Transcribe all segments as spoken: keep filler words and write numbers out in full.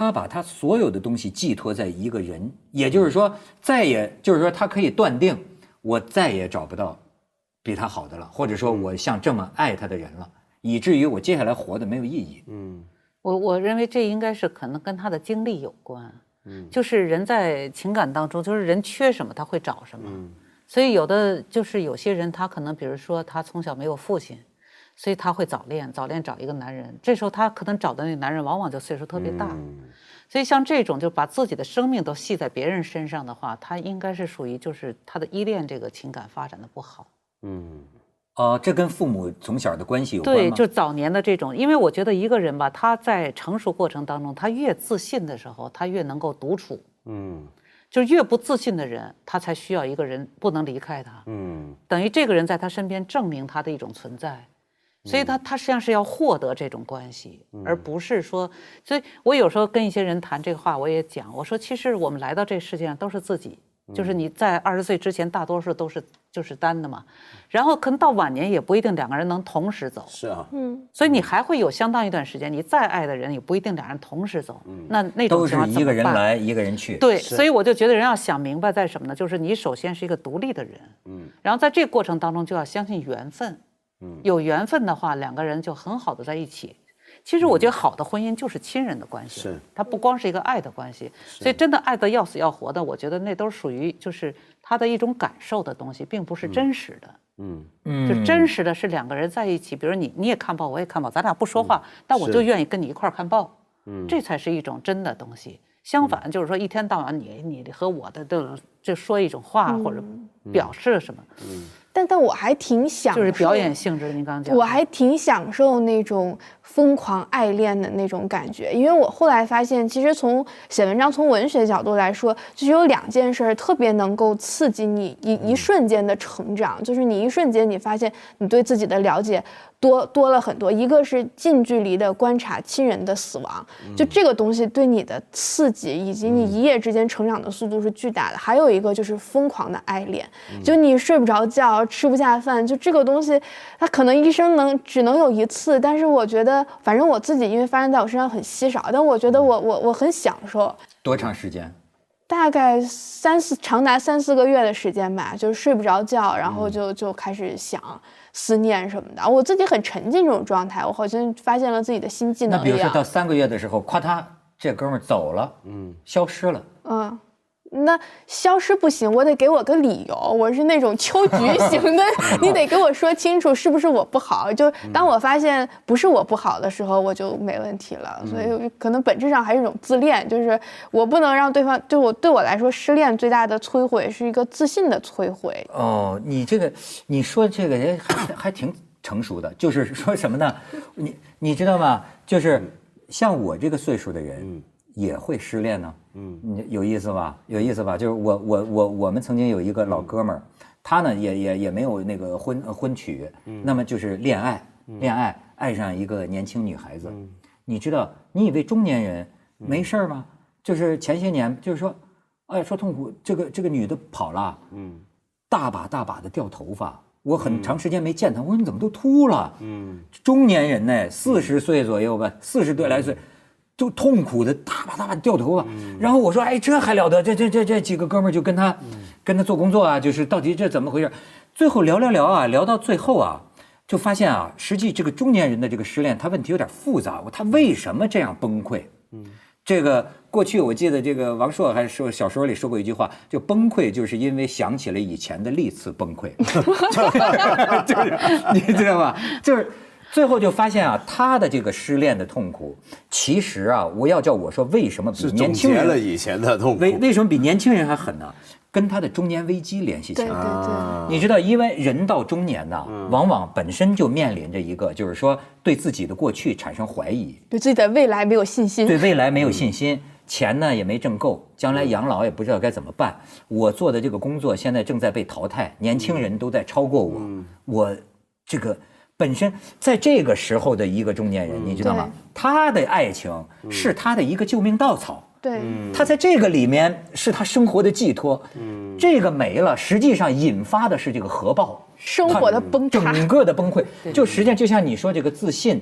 他把他所有的东西寄托在一个人，也就是说，再也就是说，他可以断定，我再也找不到比他好的了，或者说我像这么爱他的人了，以至于我接下来活的没有意义。嗯， 我我认为这应该是可能跟他的经历有关。嗯，就是人在情感当中，就是人缺什么他会找什么。嗯，所以有的就是有些人他可能，比如说他从小没有父亲。所以他会早恋，早恋找一个男人，这时候他可能找的那个男人往往就岁数特别大，嗯、所以像这种就把自己的生命都系在别人身上的话，他应该是属于就是他的依恋这个情感发展的不好。 嗯，哦、呃，这跟父母从小的关系有关吗？ 对，就早年的这种，因为我觉得一个人吧，他在成熟过程当中，他越自信的时候，他越能够独处。嗯。就是越不自信的人，他才需要一个人不能离开他。嗯。等于这个人在他身边证明他的一种存在。所以他他实际上是要获得这种关系，而不是说，所以我有时候跟一些人谈这个话，我也讲，我说其实我们来到这世界上都是自己，就是你在二十岁之前大多数都是就是单的嘛，然后可能到晚年也不一定两个人能同时走， 是啊， 嗯，所以你还会有相当一段时间，你再爱的人也不一定两人同时走，嗯，那那种情况都是一个人来一个人去， 对，所以我就觉得人要想明白在什么呢？就是你首先是一个独立的人，嗯，然后在这个过程当中就要相信缘分。有缘分的话，两个人就很好的在一起。其实我觉得好的婚姻就是亲人的关系，是它不光是一个爱的关系。所以真的爱得要死要活的，我觉得那都属于就是他的一种感受的东西，并不是真实的。嗯嗯，就真实的是两个人在一起，比如你你也看报，我也看报，咱俩不说话，嗯、但我就愿意跟你一块儿看报。嗯，这才是一种真的东西。相反，就是说一天到晚你你和我的都就说一种话或者表示什么。嗯。嗯但但我还挺享受， 就是表演性质。您刚刚讲， 我还挺享受那种疯狂爱恋的那种感觉，因为我后来发现，其实从写文章、从文学角度来说，就是有两件事特别能够刺激你一一瞬间的成长，就是你一瞬间你发现你对自己的了解多多了很多。一个是近距离的观察亲人的死亡，就这个东西对你的刺激以及你一夜之间成长的速度是巨大的。还有一个就是疯狂的爱恋，就你睡不着觉。吃不下饭，就这个东西，它可能一生能只能有一次，但是我觉得，反正我自己因为发生在我身上很稀少，但我觉得我我我很享受。 多长时间？ 大概三四长达三四个月的时间吧，就是睡不着觉，然后就就开始想思念什么的。我自己很沉浸这种状态，我好像发现了自己的新技能。 那比如说到三个月的时候，夸他这哥们儿走了，嗯，消失了，嗯。 那消失不行，我得给我个理由。我是那种秋菊型的，你得给我说清楚是不是我不好。就当我发现不是我不好的时候，我就没问题了。所以可能本质上还是一种自恋，就是我不能让对方，就我对我来说，失恋最大的摧毁是一个自信的摧毁。 哦，你这个你说这个人还还挺成熟的，就是说什么呢？你你知道吗？就是像我这个岁数的人。嗯也会失恋呢，嗯，有意思吧？有意思吧？就是我我我我们曾经有一个老哥们儿，他呢也也也没有那个婚婚娶，嗯，那么就是恋爱，恋爱爱上一个年轻女孩子，嗯，你知道，你以为中年人没事吗？就是前些年就是说，哎呀说痛苦，这个这个女的跑了，嗯，大把大把的掉头发，我很长时间没见她，我说你怎么都秃了？嗯，中年人呢，四十岁左右吧，四十多来岁。就痛苦的大把大把掉头发，嗯、然后我说，哎，这还了得？这这这这几个哥们儿就跟他，嗯、跟他做工作啊，就是到底这怎么回事？最后聊聊聊啊，聊到最后啊，就发现啊，实际这个中年人的这个失恋，他问题有点复杂，他为什么这样崩溃？嗯，这个过去我记得这个王朔还说小说里说过一句话，就崩溃就是因为想起了以前的历次崩溃，就是你知道吗？就是。最后就发现啊，他的这个失恋的痛苦，其实啊，我要叫我说为什么比年轻人是总结了以前的痛苦， 为为什么比年轻人还狠呢？跟他的中年危机联系起来。对对对，你知道，因为人到中年呢、啊，嗯、往往本身就面临着一个，就是说对自己的过去产生怀疑， 对自己的未来没有信心， 对未来没有信心。嗯钱呢也没挣够，将来养老也不知道该怎么办。我做的这个工作现在正在被淘汰，年轻人都在超过我，嗯、我这个。本身在这个时候的一个中年人，你知道吗？他的爱情是他的一个救命稻草。 对， 他在这个里面是他生活的寄托。嗯，这个没了，实际上引发的是这个核爆， 生活的崩塌， 整个的崩溃。就实际上就像你说这个自信，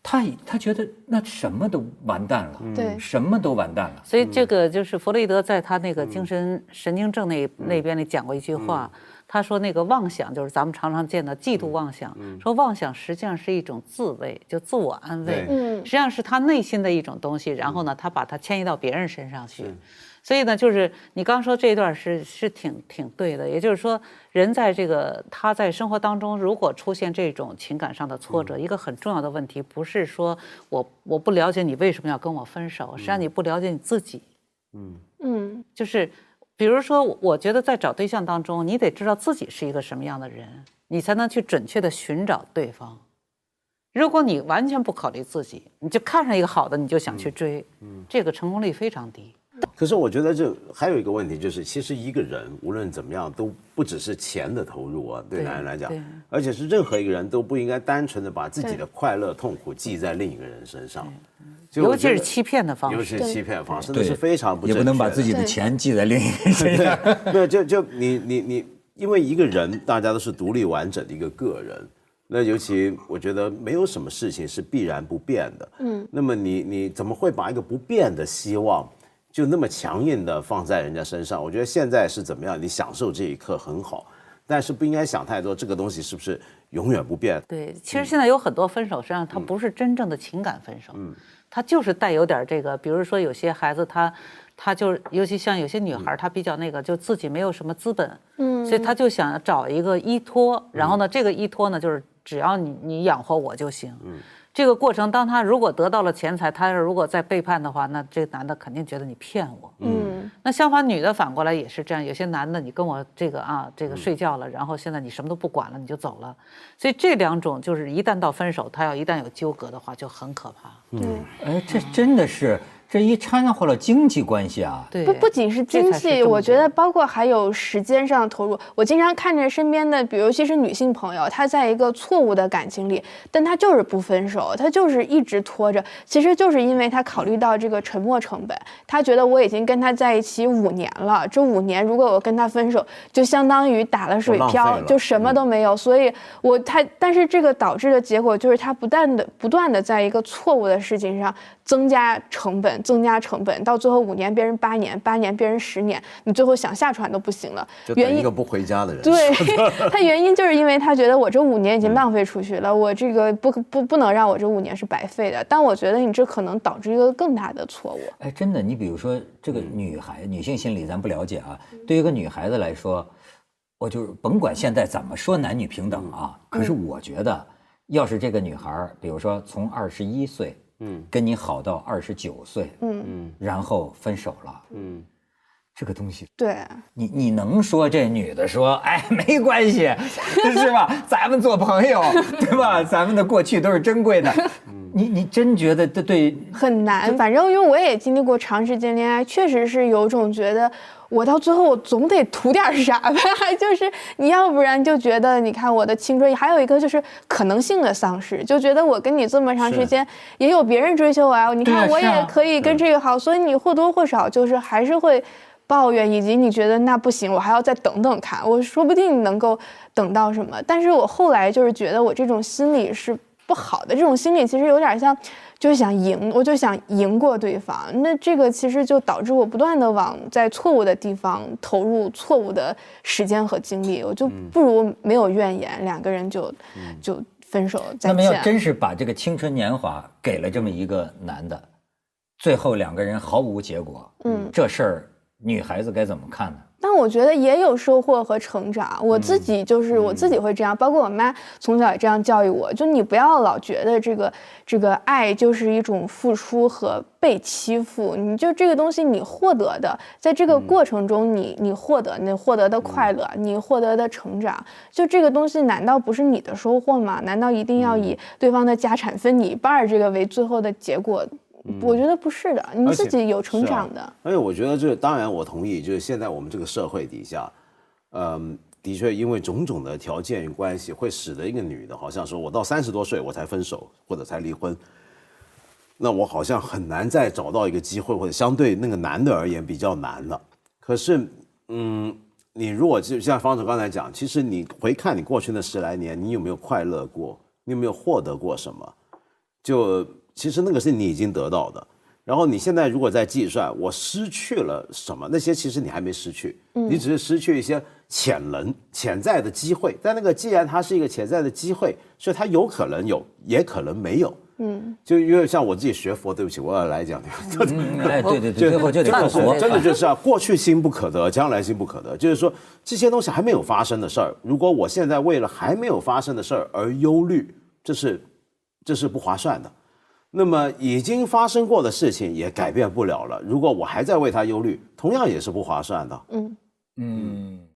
他他觉得那什么都完蛋了， 对， 什么都完蛋了。 所以这个就是弗洛伊德在他那个精神神经症那那边里讲过一句话，他说那个妄想就是咱们常常见的嫉妒妄想，说妄想实际上是一种自慰，就自我安慰， 嗯， 实际上是他内心的一种东西，然后呢，他把它迁移到别人身上去。所以呢，就是你刚说这一段是是挺挺对的，也就是说，人在这个他在生活当中，如果出现这种情感上的挫折，一个很重要的问题不是说我我不了解你为什么要跟我分手，实际上你不了解你自己。 嗯嗯， 就是比如说，我觉得在找对象当中，你得知道自己是一个什么样的人，你才能去准确的寻找对方。如果你完全不考虑自己，你就看上一个好的你就想去追，这个成功率非常低。 可是我觉得这还有一个问题，就是其实一个人无论怎么样，都不只是钱的投入啊，对男人来讲，而且是任何一个人都不应该单纯的把自己的快乐痛苦记在另一个人身上， 尤其是欺骗的方式， 尤其是欺骗方式，那是非常不正确的。 也不能把自己的钱记在另一个人身上。 没有，就就你你你，因为一个人大家都是独立完整的一个个人。那尤其我觉得没有什么事情是必然不变的，嗯，那么你你怎么会把一个不变的希望就那么强硬的放在人家身上？我觉得现在是怎么样，你享受这一刻很好，但是不应该想太多，这个东西是不是永远不变？ 对，其实现在有很多分手，实际上它不是真正的情感分手，嗯，它就是带有点这个，比如说有些孩子他。他就尤其像有些女孩，她比较那个，就自己没有什么资本，嗯，所以她就想找一个依托，然后呢，这个依托呢，就是只要你你养活我就行，嗯，这个过程，当他如果得到了钱财，他如果再背叛的话，那这个男的肯定觉得你骗我，嗯，那相反女的反过来也是这样，有些男的你跟我这个啊这个睡觉了，然后现在你什么都不管了，你就走了，所以这两种就是一旦到分手，他要一旦有纠葛的话，就很可怕， 对， 哎，这真的是。这一掺和了经济关系啊， 对， 不不仅是经济，我觉得包括还有时间上投入。我经常看着身边的，比如尤其是女性朋友，她在一个错误的感情里，但她就是不分手，她就是一直拖着。其实就是因为她考虑到这个沉没成本，她觉得我已经跟他在一起五年了，这五年如果我跟他分手，就相当于打了水漂，就什么都没有。所以我她，但是这个导致的结果就是她不断的不断的在一个错误的事情上增加成本。增加成本，到最后五年变成八年，八年变成十年，你最后想下船都不行了。 就等一个不回家的人。 对，他原因就是因为他觉得我这五年已经浪费出去了，我这个不不不能让我这五年是白费的。但我觉得你这可能导致一个更大的错误。 哎，真的，你比如说这个女孩，女性心理咱不了解啊。对于一个女孩子来说，我就甭管现在怎么说男女平等啊，可是我觉得，要是这个女孩，比如说从二十一岁。嗯，跟你好到二十九岁，嗯嗯，然后分手了，嗯，这个东西， 对， 你你能说这女的说，哎，没关系，是吧？咱们做朋友，对吧？咱们的过去都是珍贵的，你你真觉得这对很难？反正因为我也经历过长时间恋爱，确实是有种觉得。我到最后我总得图点啥吧，就是你要不然就觉得你看我的青春，还有一个就是可能性的丧失，就觉得我跟你这么长时间也有别人追求我啊，你看我也可以跟这个好，所以你或多或少就是还是会抱怨，以及你觉得那不行，我还要再等等看，我说不定能够等到什么。但是我后来就是觉得我这种心理是不好的，这种心理其实有点像。就是想赢，我就想赢过对方，那这个其实就导致我不断的往在错误的地方投入错误的时间和精力，我就不如没有怨言，两个人就就分手再见。 那么要真是把这个青春年华给了这么一个男的，最后两个人毫无结果，嗯，这事儿女孩子该怎么看呢？ 但我觉得也有收获和成长，我自己就是我自己会这样，包括我妈从小也这样教育我，就你不要老觉得这个这个爱就是一种付出和被欺负，你就这个东西你获得的，在这个过程中你你获得你获得的快乐，你获得的成长，就这个东西难道不是你的收获吗？难道一定要以对方的家产分你一半这个为最后的结果？我觉得不是的，你自己有成长的。 而且我觉得这当然我同意，就是现在我们这个社会底下，嗯，的确因为种种的条件与关系，会使得一个女的好像说我到三十多岁我才分手或者才离婚，那我好像很难再找到一个机会，或者相对那个男的而言比较难了。可是，嗯，你如果就像方总刚才讲，其实你回看你过去那十来年，你有没有快乐过？你有没有获得过什么？ 就其实那个是你已经得到的。然后你现在如果在计算我失去了什么，那些其实你还没失去，你只是失去一些潜能、潜在的机会。但那个既然它是一个潜在的机会，所以它有可能有，也可能没有。嗯，就因为像我自己学佛，对不起，我要来讲， 嗯、哎，对对对，最后就得这佛， 真的就是啊，过去心不可得，将来心不可得。就是说这些东西还没有发生的事儿，如果我现在为了还没有发生的事儿而忧虑，这是这是不划算的。那么已经发生过的事情也改变不了了，如果我还在为它忧虑，同样也是不划算的。嗯嗯。